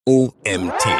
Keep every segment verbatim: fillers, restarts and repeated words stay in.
O M T.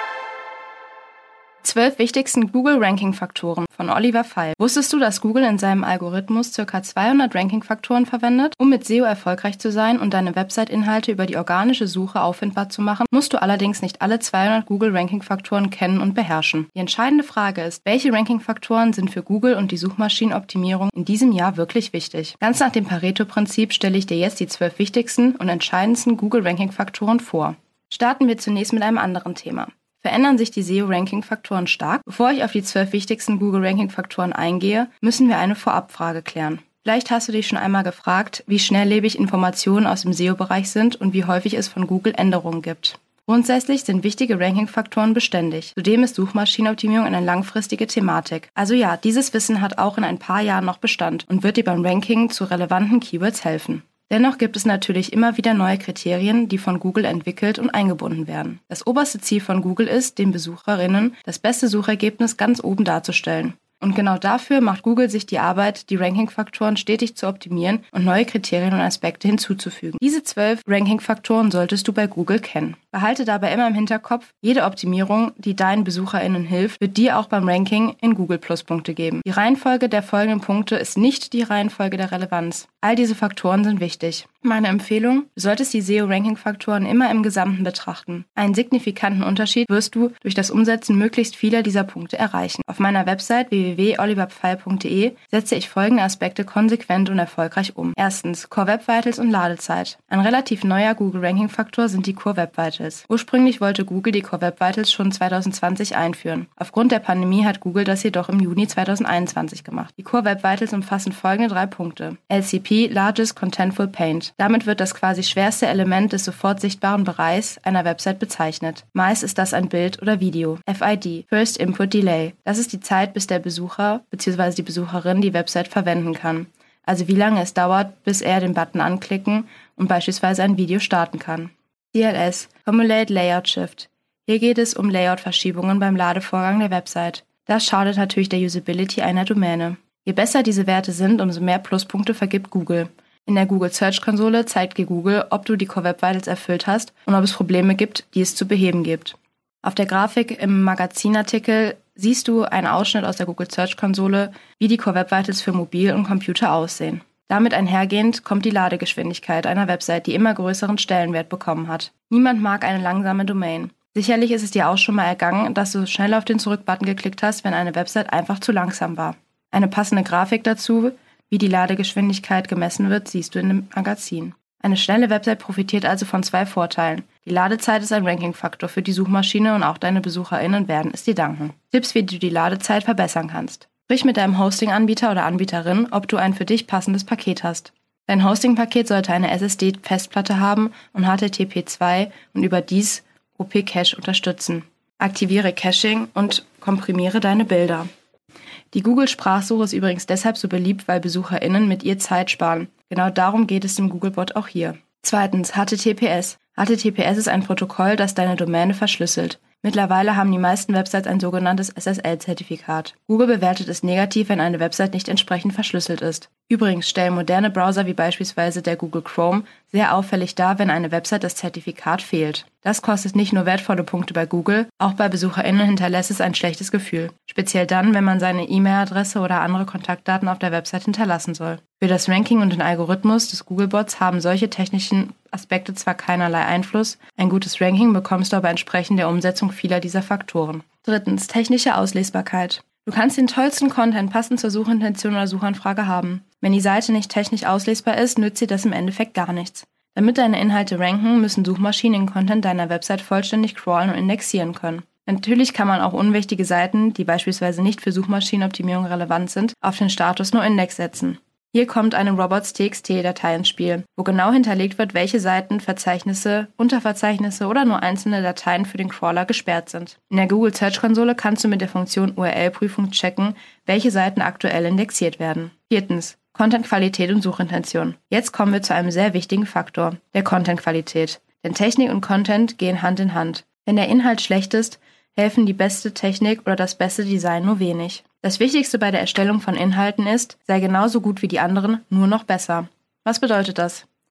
Zwölf wichtigsten Google-Ranking-Faktoren von Oliver Pfeil. Wusstest du, dass Google in seinem Algorithmus ca. zweihundert Ranking-Faktoren verwendet? Um mit S E O erfolgreich zu sein und deine Website-Inhalte über die organische Suche auffindbar zu machen, musst du allerdings nicht alle zweihundert Google-Ranking-Faktoren kennen und beherrschen. Die entscheidende Frage ist, welche Ranking-Faktoren sind für Google und die Suchmaschinenoptimierung in diesem Jahr wirklich wichtig? Ganz nach dem Pareto-Prinzip stelle ich dir jetzt die zwölf wichtigsten und entscheidendsten Google-Ranking-Faktoren vor. Starten wir zunächst mit einem anderen Thema. Verändern sich die S E O-Ranking-Faktoren stark? Bevor ich auf die zwölf wichtigsten Google-Ranking-Faktoren eingehe, müssen wir eine Vorabfrage klären. Vielleicht hast du dich schon einmal gefragt, wie schnelllebig Informationen aus dem S E O-Bereich sind und wie häufig es von Google Änderungen gibt. Grundsätzlich sind wichtige Ranking-Faktoren beständig. Zudem ist Suchmaschinenoptimierung eine langfristige Thematik. Also ja, dieses Wissen hat auch in ein paar Jahren noch Bestand und wird dir beim Ranking zu relevanten Keywords helfen. Dennoch gibt es natürlich immer wieder neue Kriterien, die von Google entwickelt und eingebunden werden. Das oberste Ziel von Google ist, den Besucherinnen das beste Suchergebnis ganz oben darzustellen. Und genau dafür macht Google sich die Arbeit, die Ranking-Faktoren stetig zu optimieren und neue Kriterien und Aspekte hinzuzufügen. Diese zwölf Ranking-Faktoren solltest du bei Google kennen. Behalte dabei immer im Hinterkopf, jede Optimierung, die deinen BesucherInnen hilft, wird dir auch beim Ranking in Google Pluspunkte geben. Die Reihenfolge der folgenden Punkte ist nicht die Reihenfolge der Relevanz. All diese Faktoren sind wichtig. Meine Empfehlung, du solltest die S E O-Ranking-Faktoren immer im Gesamten betrachten. Einen signifikanten Unterschied wirst du durch das Umsetzen möglichst vieler dieser Punkte erreichen. Auf meiner Website w w w punkt oliver pfeil punkt d e setze ich folgende Aspekte konsequent und erfolgreich um. Erstens, Core Web Vitals und Ladezeit. Ein relativ neuer Google-Ranking-Faktor sind die Core Web Vitals. Ursprünglich wollte Google die Core Web Vitals schon zwanzig zwanzig einführen. Aufgrund der Pandemie hat Google das jedoch im Juni zwanzig einundzwanzig gemacht. Die Core Web Vitals umfassen folgende drei Punkte. L C P, Largest Contentful Paint. Damit wird das quasi schwerste Element des sofort sichtbaren Bereichs einer Website bezeichnet. Meist ist das ein Bild oder Video. F I D, First Input Delay. Das ist die Zeit, bis der Besucher bzw. die Besucherin die Website verwenden kann. Also wie lange es dauert, bis er den Button anklicken und beispielsweise ein Video starten kann. C L S, Cumulate Layout Shift. Hier geht es um Layout-Verschiebungen beim Ladevorgang der Website. Das schadet natürlich der Usability einer Domäne. Je besser diese Werte sind, umso mehr Pluspunkte vergibt Google. In der Google Search Konsole zeigt dir Google, ob du die Core Web Vitals erfüllt hast und ob es Probleme gibt, die es zu beheben gibt. Auf der Grafik im Magazinartikel siehst du einen Ausschnitt aus der Google Search Konsole, wie die Core Web Vitals für Mobil und Computer aussehen. Damit einhergehend kommt die Ladegeschwindigkeit einer Website, die immer größeren Stellenwert bekommen hat. Niemand mag eine langsame Domain. Sicherlich ist es dir auch schon mal ergangen, dass du schnell auf den Zurück-Button geklickt hast, wenn eine Website einfach zu langsam war. Eine passende Grafik dazu, wie die Ladegeschwindigkeit gemessen wird, siehst du in dem Magazin. Eine schnelle Website profitiert also von zwei Vorteilen. Die Ladezeit ist ein Ranking-Faktor für die Suchmaschine und auch deine BesucherInnen werden es dir danken. Tipps, wie du die Ladezeit verbessern kannst. Sprich mit deinem Hosting-Anbieter oder Anbieterin, ob du ein für dich passendes Paket hast. Dein Hosting-Paket sollte eine S S D-Festplatte haben und H T T P zwei und überdies O P-Cache unterstützen. Aktiviere Caching und komprimiere deine Bilder. Die Google-Sprachsuche ist übrigens deshalb so beliebt, weil BesucherInnen mit ihr Zeit sparen. Genau darum geht es dem Googlebot auch hier. Zweitens, H T T P S. H T T P S ist ein Protokoll, das deine Domäne verschlüsselt. Mittlerweile haben die meisten Websites ein sogenanntes S S L-Zertifikat. Google bewertet es negativ, wenn eine Website nicht entsprechend verschlüsselt ist. Übrigens stellen moderne Browser wie beispielsweise der Google Chrome sehr auffällig dar, wenn eine Website das Zertifikat fehlt. Das kostet nicht nur wertvolle Punkte bei Google, auch bei BesucherInnen hinterlässt es ein schlechtes Gefühl. Speziell dann, wenn man seine E-Mail-Adresse oder andere Kontaktdaten auf der Website hinterlassen soll. Für das Ranking und den Algorithmus des Googlebots haben solche technischen Aspekte zwar keinerlei Einfluss, ein gutes Ranking bekommst du aber entsprechend der Umsetzung vieler dieser Faktoren. Drittens, technische Auslesbarkeit. Du kannst den tollsten Content passend zur Suchintention oder Suchanfrage haben. Wenn die Seite nicht technisch auslesbar ist, nützt dir das im Endeffekt gar nichts. Damit deine Inhalte ranken, müssen Suchmaschinen den Content deiner Website vollständig crawlen und indexieren können. Natürlich kann man auch unwichtige Seiten, die beispielsweise nicht für Suchmaschinenoptimierung relevant sind, auf den Status No Index setzen. Hier kommt eine robots.txt-Datei ins Spiel, wo genau hinterlegt wird, welche Seiten, Verzeichnisse, Unterverzeichnisse oder nur einzelne Dateien für den Crawler gesperrt sind. In der Google Search Konsole kannst du mit der Funktion U R L-Prüfung checken, welche Seiten aktuell indexiert werden. Viertens. Content-Qualität und Suchintention. Jetzt kommen wir zu einem sehr wichtigen Faktor, der Content-Qualität. Denn Technik und Content gehen Hand in Hand. Wenn der Inhalt schlecht ist, helfen die beste Technik oder das beste Design nur wenig. Das Wichtigste bei der Erstellung von Inhalten ist, sei genauso gut wie die anderen, nur noch besser. Was bedeutet das?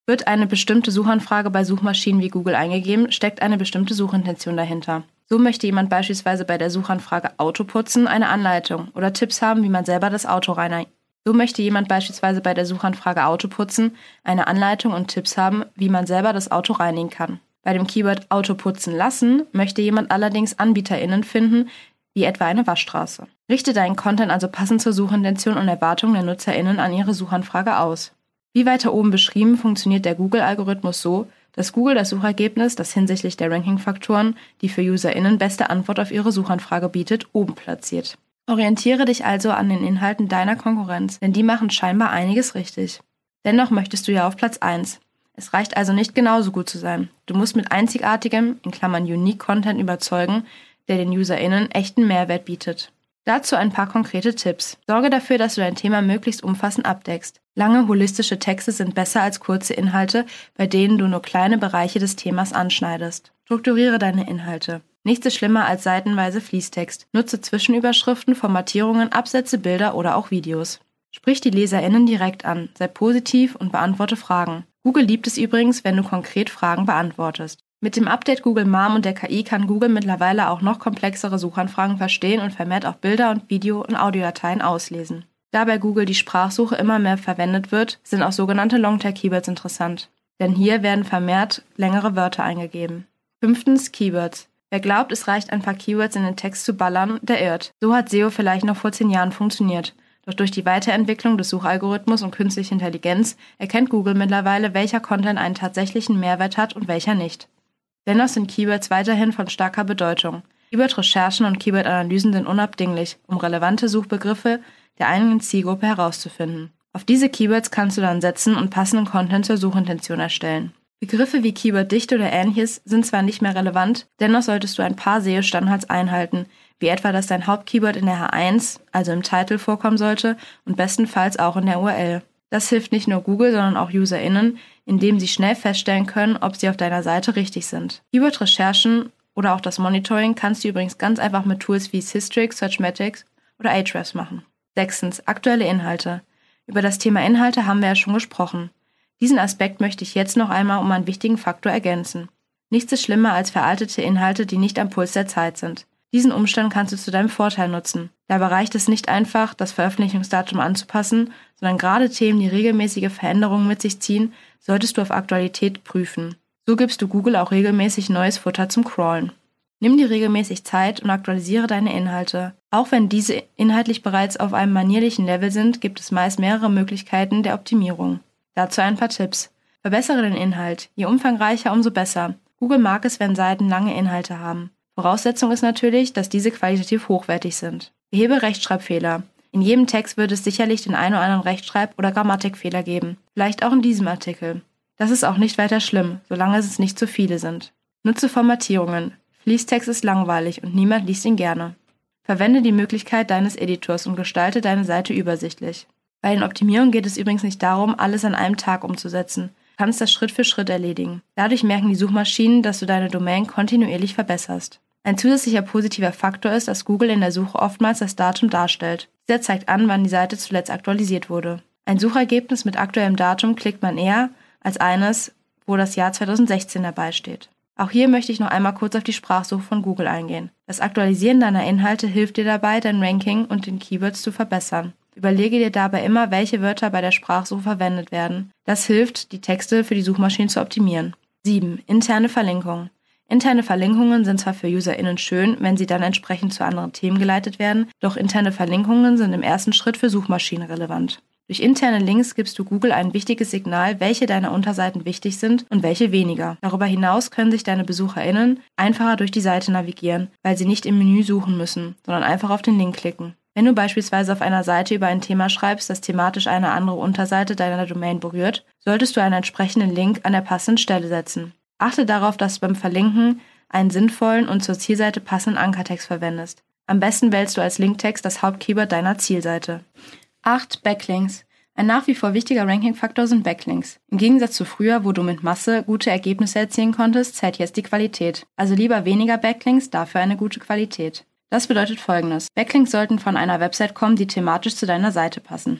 Wird eine bestimmte Suchanfrage bei Suchmaschinen wie Google eingegeben, steckt eine bestimmte Suchintention dahinter. So möchte jemand beispielsweise bei der Suchanfrage Autoputzen eine Anleitung oder Tipps haben, wie man selber das Auto reinigt. So möchte jemand beispielsweise bei der Suchanfrage Autoputzen eine Anleitung und Tipps haben, wie man selber das Auto reinigen kann. Bei dem Keyword Autoputzen lassen möchte jemand allerdings AnbieterInnen finden, wie etwa eine Waschstraße. Richte deinen Content also passend zur Suchintention und Erwartungen der NutzerInnen an ihre Suchanfrage aus. Wie weiter oben beschrieben, funktioniert der Google-Algorithmus so, dass Google das Suchergebnis, das hinsichtlich der Ranking-Faktoren die für UserInnen beste Antwort auf ihre Suchanfrage bietet, oben platziert. Orientiere dich also an den Inhalten deiner Konkurrenz, denn die machen scheinbar einiges richtig. Dennoch möchtest du ja auf Platz eins. Es reicht also nicht genauso gut zu sein. Du musst mit einzigartigem, in Klammern Unique Content überzeugen, der den UserInnen echten Mehrwert bietet. Dazu ein paar konkrete Tipps. Sorge dafür, dass du dein Thema möglichst umfassend abdeckst. Lange, holistische Texte sind besser als kurze Inhalte, bei denen du nur kleine Bereiche des Themas anschneidest. Strukturiere deine Inhalte. Nichts ist schlimmer als seitenweise Fließtext. Nutze Zwischenüberschriften, Formatierungen, Absätze, Bilder oder auch Videos. Sprich die LeserInnen direkt an, sei positiv und beantworte Fragen. Google liebt es übrigens, wenn du konkret Fragen beantwortest. Mit dem Update Google Mom und der K I kann Google mittlerweile auch noch komplexere Suchanfragen verstehen und vermehrt auch Bilder und Video- und Audiodateien auslesen. Da bei Google die Sprachsuche immer mehr verwendet wird, sind auch sogenannte Longtail-Keywords interessant. Denn hier werden vermehrt längere Wörter eingegeben. Fünftens, Keywords. Wer glaubt, es reicht, ein paar Keywords in den Text zu ballern, der irrt. So hat S E O vielleicht noch vor zehn Jahren funktioniert. Doch durch die Weiterentwicklung des Suchalgorithmus und künstliche Intelligenz erkennt Google mittlerweile, welcher Content einen tatsächlichen Mehrwert hat und welcher nicht. Dennoch sind Keywords weiterhin von starker Bedeutung. Keyword-Recherchen und Keyword-Analysen sind unabdinglich, um relevante Suchbegriffe der eigenen Zielgruppe herauszufinden. Auf diese Keywords kannst du dann setzen und passenden Content zur Suchintention erstellen. Begriffe wie Keyword-Dichte oder Ähnliches sind zwar nicht mehr relevant, dennoch solltest du ein paar S E O-Standards einhalten, wie etwa, dass dein Hauptkeyword in der H eins, also im Titel, vorkommen sollte und bestenfalls auch in der U R L. Das hilft nicht nur Google, sondern auch UserInnen, indem sie schnell feststellen können, ob sie auf deiner Seite richtig sind. Keyword-Recherchen oder auch das Monitoring kannst du übrigens ganz einfach mit Tools wie Systrix, Searchmetrics oder Ahrefs machen. Sechstens, aktuelle Inhalte. Über das Thema Inhalte haben wir ja schon gesprochen. Diesen Aspekt möchte ich jetzt noch einmal um einen wichtigen Faktor ergänzen. Nichts ist schlimmer als veraltete Inhalte, die nicht am Puls der Zeit sind. Diesen Umstand kannst du zu deinem Vorteil nutzen. Dabei reicht es nicht einfach, das Veröffentlichungsdatum anzupassen, sondern gerade Themen, die regelmäßige Veränderungen mit sich ziehen, solltest du auf Aktualität prüfen. So gibst du Google auch regelmäßig neues Futter zum Crawlen. Nimm dir regelmäßig Zeit und aktualisiere deine Inhalte. Auch wenn diese inhaltlich bereits auf einem manierlichen Level sind, gibt es meist mehrere Möglichkeiten der Optimierung. Dazu ein paar Tipps. Verbessere den Inhalt. Je umfangreicher, umso besser. Google mag es, wenn Seiten lange Inhalte haben. Voraussetzung ist natürlich, dass diese qualitativ hochwertig sind. Behebe Rechtschreibfehler. In jedem Text wird es sicherlich den einen oder anderen Rechtschreib- oder Grammatikfehler geben. Vielleicht auch in diesem Artikel. Das ist auch nicht weiter schlimm, solange es nicht zu viele sind. Nutze Formatierungen. Fließtext ist langweilig und niemand liest ihn gerne. Verwende die Möglichkeit deines Editors und gestalte deine Seite übersichtlich. Bei den Optimierungen geht es übrigens nicht darum, alles an einem Tag umzusetzen. Du kannst das Schritt für Schritt erledigen. Dadurch merken die Suchmaschinen, dass du deine Domain kontinuierlich verbesserst. Ein zusätzlicher positiver Faktor ist, dass Google in der Suche oftmals das Datum darstellt. Dieser zeigt an, wann die Seite zuletzt aktualisiert wurde. Ein Suchergebnis mit aktuellem Datum klickt man eher als eines, wo das Jahr zweitausendsechzehn dabei steht. Auch hier möchte ich noch einmal kurz auf die Sprachsuche von Google eingehen. Das Aktualisieren deiner Inhalte hilft dir dabei, dein Ranking und den Keywords zu verbessern. Überlege dir dabei immer, welche Wörter bei der Sprachsuche verwendet werden. Das hilft, die Texte für die Suchmaschinen zu optimieren. sieben. Interne Verlinkungen. Interne Verlinkungen sind zwar für UserInnen schön, wenn sie dann entsprechend zu anderen Themen geleitet werden, doch interne Verlinkungen sind im ersten Schritt für Suchmaschinen relevant. Durch interne Links gibst du Google ein wichtiges Signal, welche deiner Unterseiten wichtig sind und welche weniger. Darüber hinaus können sich deine BesucherInnen einfacher durch die Seite navigieren, weil sie nicht im Menü suchen müssen, sondern einfach auf den Link klicken. Wenn du beispielsweise auf einer Seite über ein Thema schreibst, das thematisch eine andere Unterseite deiner Domain berührt, solltest du einen entsprechenden Link an der passenden Stelle setzen. Achte darauf, dass du beim Verlinken einen sinnvollen und zur Zielseite passenden Ankertext verwendest. Am besten wählst du als Linktext das Hauptkeyword deiner Zielseite. acht. Backlinks. Ein nach wie vor wichtiger Ranking-Faktor sind Backlinks. Im Gegensatz zu früher, wo du mit Masse gute Ergebnisse erzielen konntest, zählt jetzt die Qualität. Also lieber weniger Backlinks, dafür eine gute Qualität. Das bedeutet Folgendes. Backlinks sollten von einer Website kommen, die thematisch zu deiner Seite passen.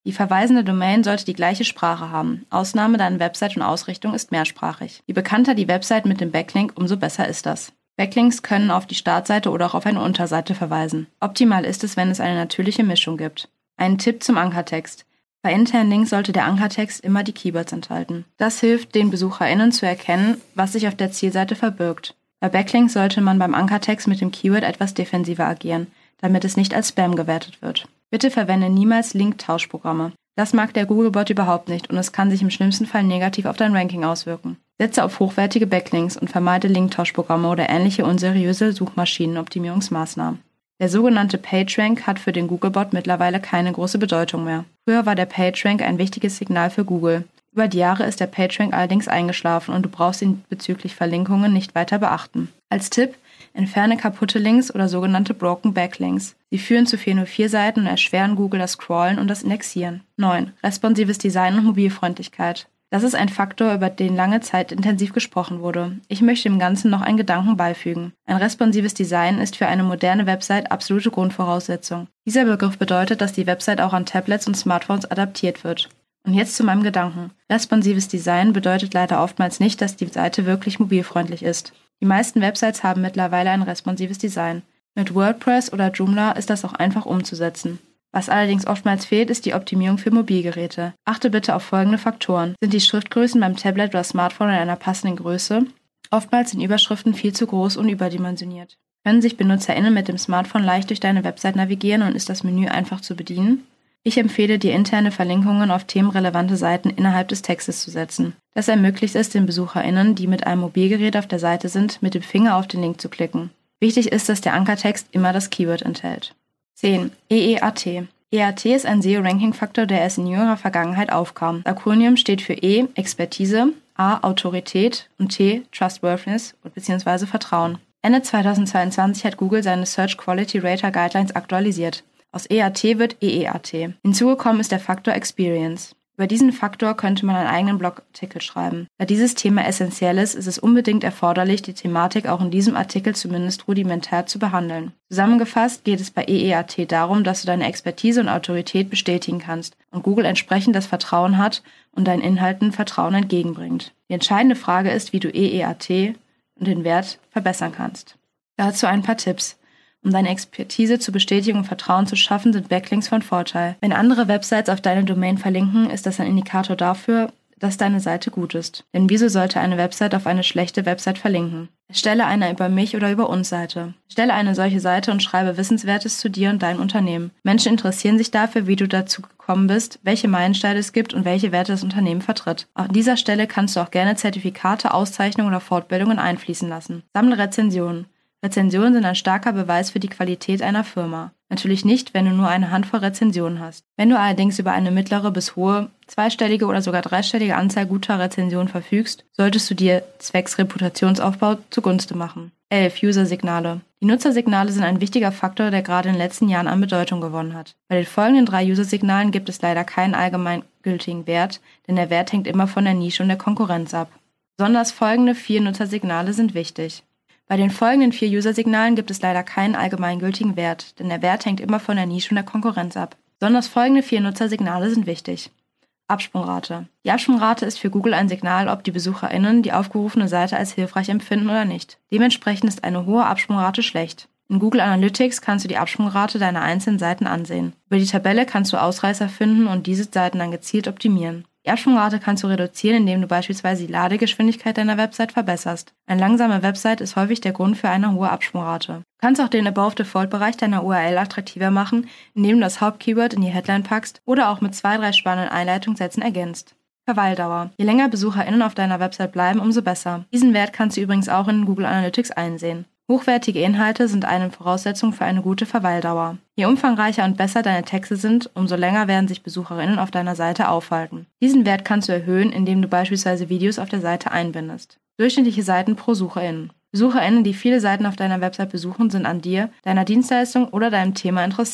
Die verweisende Domain sollte die gleiche Sprache haben. Ausnahme, deine Website und Ausrichtung ist mehrsprachig. Je bekannter die Website mit dem Backlink, umso besser ist das. Backlinks können auf die Startseite oder auch auf eine Unterseite verweisen. Optimal ist es, wenn es eine natürliche Mischung gibt. Ein Tipp zum Ankertext. Bei internen Links sollte der Ankertext immer die Keywords enthalten. Das hilft den BesucherInnen zu erkennen, was sich auf der Zielseite verbirgt. Bei Backlinks sollte man beim Ankertext mit dem Keyword etwas defensiver agieren, damit es nicht als Spam gewertet wird. Bitte verwende niemals Link-Tauschprogramme. Das mag der Googlebot überhaupt nicht und es kann sich im schlimmsten Fall negativ auf dein Ranking auswirken. Setze auf hochwertige Backlinks und vermeide Link-Tauschprogramme oder ähnliche unseriöse Suchmaschinenoptimierungsmaßnahmen. Der sogenannte PageRank hat für den Googlebot mittlerweile keine große Bedeutung mehr. Früher war der PageRank ein wichtiges Signal für Google. Über die Jahre ist der PageRank allerdings eingeschlafen und du brauchst ihn bezüglich Verlinkungen nicht weiter beachten. Als Tipp: Entferne kaputte Links oder sogenannte Broken Backlinks. Sie führen zu vier null vier Seiten und erschweren Google das Scrollen und das Indexieren. neun. Responsives Design und Mobilfreundlichkeit. Das ist ein Faktor, über den lange Zeit intensiv gesprochen wurde. Ich möchte dem Ganzen noch einen Gedanken beifügen. Ein responsives Design ist für eine moderne Website absolute Grundvoraussetzung. Dieser Begriff bedeutet, dass die Website auch an Tablets und Smartphones adaptiert wird. Und jetzt zu meinem Gedanken. Responsives Design bedeutet leider oftmals nicht, dass die Seite wirklich mobilfreundlich ist. Die meisten Websites haben mittlerweile ein responsives Design. Mit WordPress oder Joomla ist das auch einfach umzusetzen. Was allerdings oftmals fehlt, ist die Optimierung für Mobilgeräte. Achte bitte auf folgende Faktoren. Sind die Schriftgrößen beim Tablet oder Smartphone in einer passenden Größe? Oftmals sind Überschriften viel zu groß und überdimensioniert. Können sich BenutzerInnen mit dem Smartphone leicht durch deine Website navigieren und ist das Menü einfach zu bedienen? Ich empfehle dir, interne Verlinkungen auf themenrelevante Seiten innerhalb des Textes zu setzen. Das ermöglicht es den BesucherInnen, die mit einem Mobilgerät auf der Seite sind, mit dem Finger auf den Link zu klicken. Wichtig ist, dass der Ankertext immer das Keyword enthält. zehn. E E A T. E A T ist ein S E O-Ranking-Faktor, der erst in jüngerer Vergangenheit aufkam. Das Akronym steht für E, Expertise, A, Autorität und T, Trustworthiness bzw. Vertrauen. Ende zweitausendzweiundzwanzig hat Google seine Search Quality Rater Guidelines aktualisiert. Aus E A T wird E E A T. Hinzugekommen ist der Faktor Experience. Über diesen Faktor könnte man einen eigenen Blogartikel schreiben. Da dieses Thema essentiell ist, ist es unbedingt erforderlich, die Thematik auch in diesem Artikel zumindest rudimentär zu behandeln. Zusammengefasst geht es bei E E A T darum, dass du deine Expertise und Autorität bestätigen kannst und Google entsprechend das Vertrauen hat und deinen Inhalten Vertrauen entgegenbringt. Die entscheidende Frage ist, wie du E E A T und den Wert verbessern kannst. Dazu ein paar Tipps. Um deine Expertise zu bestätigen und Vertrauen zu schaffen, sind Backlinks von Vorteil. Wenn andere Websites auf deine Domain verlinken, ist das ein Indikator dafür, dass deine Seite gut ist. Denn wieso sollte eine Website auf eine schlechte Website verlinken? Erstelle eine über mich oder über uns Seite. Erstelle eine solche Seite und schreibe Wissenswertes zu dir und deinem Unternehmen. Menschen interessieren sich dafür, wie du dazu gekommen bist, welche Meilensteine es gibt und welche Werte das Unternehmen vertritt. An dieser Stelle kannst du auch gerne Zertifikate, Auszeichnungen oder Fortbildungen einfließen lassen. Sammle Rezensionen. Rezensionen sind ein starker Beweis für die Qualität einer Firma. Natürlich nicht, wenn du nur eine Handvoll Rezensionen hast. Wenn du allerdings über eine mittlere bis hohe, zweistellige oder sogar dreistellige Anzahl guter Rezensionen verfügst, solltest du dir zwecks Reputationsaufbau zugunste machen. elf. User-Signale. Die Nutzersignale sind ein wichtiger Faktor, der gerade in den letzten Jahren an Bedeutung gewonnen hat. Bei den folgenden drei User-Signalen gibt es leider keinen allgemeingültigen Wert, denn der Wert hängt immer von der Nische und der Konkurrenz ab. Besonders folgende vier Nutzersignale sind wichtig. Bei den folgenden vier User-Signalen gibt es leider keinen allgemeingültigen Wert, denn der Wert hängt immer von der Nische und der Konkurrenz ab. Besonders folgende vier Nutzersignale sind wichtig. Absprungrate. Die Absprungrate ist für Google ein Signal, ob die BesucherInnen die aufgerufene Seite als hilfreich empfinden oder nicht. Dementsprechend ist eine hohe Absprungrate schlecht. In Google Analytics kannst du die Absprungrate deiner einzelnen Seiten ansehen. Über die Tabelle kannst du Ausreißer finden und diese Seiten dann gezielt optimieren. Die Absprungrate kannst du reduzieren, indem du beispielsweise die Ladegeschwindigkeit deiner Website verbesserst. Eine langsame Website ist häufig der Grund für eine hohe Absprungrate. Du kannst auch den Above-Default-Bereich deiner U R L attraktiver machen, indem du das Hauptkeyword in die Headline packst oder auch mit zwei, drei spannenden Einleitungssätzen ergänzt. Verweildauer. Je länger BesucherInnen auf deiner Website bleiben, umso besser. Diesen Wert kannst du übrigens auch in Google Analytics einsehen. Hochwertige Inhalte sind eine Voraussetzung für eine gute Verweildauer. Je umfangreicher und besser deine Texte sind, umso länger werden sich BesucherInnen auf deiner Seite aufhalten. Diesen Wert kannst du erhöhen, indem du beispielsweise Videos auf der Seite einbindest. Durchschnittliche Seiten pro SucherInnen. BesucherInnen, die viele Seiten auf deiner Website besuchen, sind an dir, deiner Dienstleistung oder deinem Thema interessiert.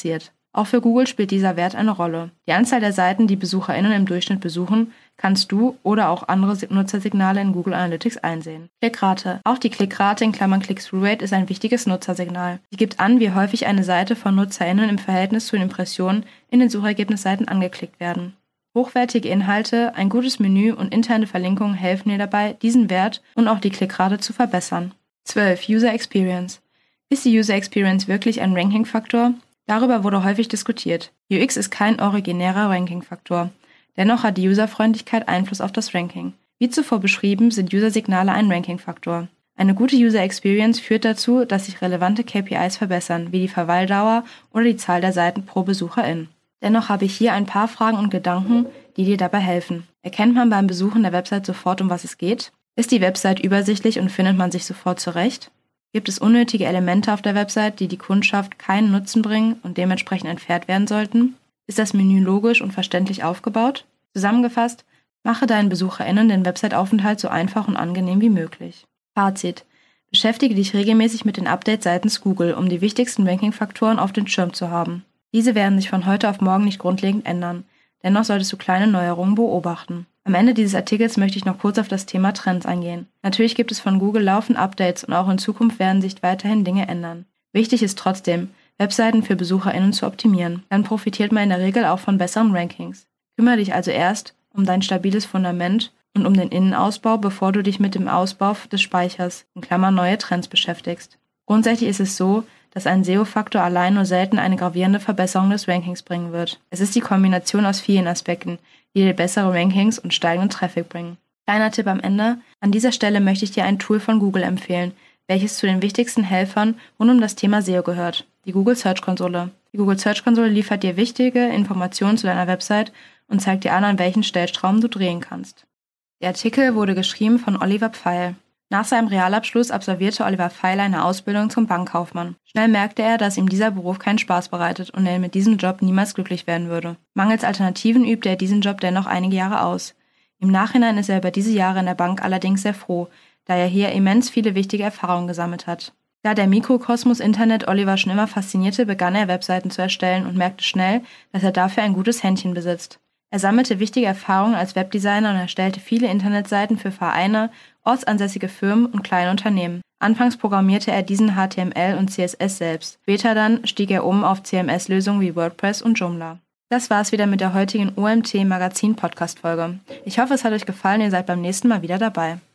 Auch für Google spielt dieser Wert eine Rolle. Die Anzahl der Seiten, die BesucherInnen im Durchschnitt besuchen, kannst du oder auch andere Nutzersignale in Google Analytics einsehen. Klickrate. Auch die Klickrate in Klammern Click-Through-Rate ist ein wichtiges Nutzersignal. Sie gibt an, wie häufig eine Seite von NutzerInnen im Verhältnis zu den Impressionen in den Suchergebnisseiten angeklickt werden. Hochwertige Inhalte, ein gutes Menü und interne Verlinkungen helfen dir dabei, diesen Wert und auch die Klickrate zu verbessern. zwölf. User Experience. Ist die User Experience wirklich ein Ranking-Faktor? Darüber wurde häufig diskutiert. U X ist kein originärer Ranking-Faktor. Dennoch hat die Userfreundlichkeit Einfluss auf das Ranking. Wie zuvor beschrieben, sind User-Signale ein Ranking-Faktor. Eine gute User Experience führt dazu, dass sich relevante K P Is verbessern, wie die Verweildauer oder die Zahl der Seiten pro BesucherIn. Dennoch habe ich hier ein paar Fragen und Gedanken, die dir dabei helfen. Erkennt man beim Besuchen der Website sofort, um was es geht? Ist die Website übersichtlich und findet man sich sofort zurecht? Gibt es unnötige Elemente auf der Website, die die Kundschaft keinen Nutzen bringen und dementsprechend entfernt werden sollten? Ist das Menü logisch und verständlich aufgebaut? Zusammengefasst, mache deinen BesucherInnen den Website-Aufenthalt so einfach und angenehm wie möglich. Fazit: Beschäftige dich regelmäßig mit den Updates seitens Google, um die wichtigsten Ranking-Faktoren auf dem Schirm zu haben. Diese werden sich von heute auf morgen nicht grundlegend ändern. Dennoch solltest du kleine Neuerungen beobachten. Am Ende dieses Artikels möchte ich noch kurz auf das Thema Trends eingehen. Natürlich gibt es von Google laufend Updates und auch in Zukunft werden sich weiterhin Dinge ändern. Wichtig ist trotzdem, Webseiten für BesucherInnen zu optimieren. Dann profitiert man in der Regel auch von besseren Rankings. Kümmere dich also erst um dein stabiles Fundament und um den Innenausbau, bevor du dich mit dem Ausbau des Speichers, in Klammern neue Trends, beschäftigst. Grundsätzlich ist es so, dass ein S E O-Faktor allein nur selten eine gravierende Verbesserung des Rankings bringen wird. Es ist die Kombination aus vielen Aspekten, die dir bessere Rankings und steigenden Traffic bringen. Kleiner Tipp am Ende: An dieser Stelle möchte ich dir ein Tool von Google empfehlen, welches zu den wichtigsten Helfern rund um das Thema S E O gehört, die Google Search Konsole. Die Google Search Konsole liefert dir wichtige Informationen zu deiner Website und zeigt dir an, an welchen Stellschrauben du drehen kannst. Der Artikel wurde geschrieben von Oliver Pfeil. Nach seinem Realabschluss absolvierte Oliver Pfeil eine Ausbildung zum Bankkaufmann. Schnell merkte er, dass ihm dieser Beruf keinen Spaß bereitet und er mit diesem Job niemals glücklich werden würde. Mangels Alternativen übte er diesen Job dennoch einige Jahre aus. Im Nachhinein ist er über diese Jahre in der Bank allerdings sehr froh, da er hier immens viele wichtige Erfahrungen gesammelt hat. Da der Mikrokosmos Internet Oliver schon immer faszinierte, begann er Webseiten zu erstellen und merkte schnell, dass er dafür ein gutes Händchen besitzt. Er sammelte wichtige Erfahrungen als Webdesigner und erstellte viele Internetseiten für Vereine, ortsansässige Firmen und kleine Unternehmen. Anfangs programmierte er diesen H T M L und C S S selbst. Später dann stieg er um auf C M S-Lösungen wie WordPress und Joomla. Das war's wieder mit der heutigen O M T Magazin Podcast Folge. Ich hoffe, es hat euch gefallen und ihr seid beim nächsten Mal wieder dabei.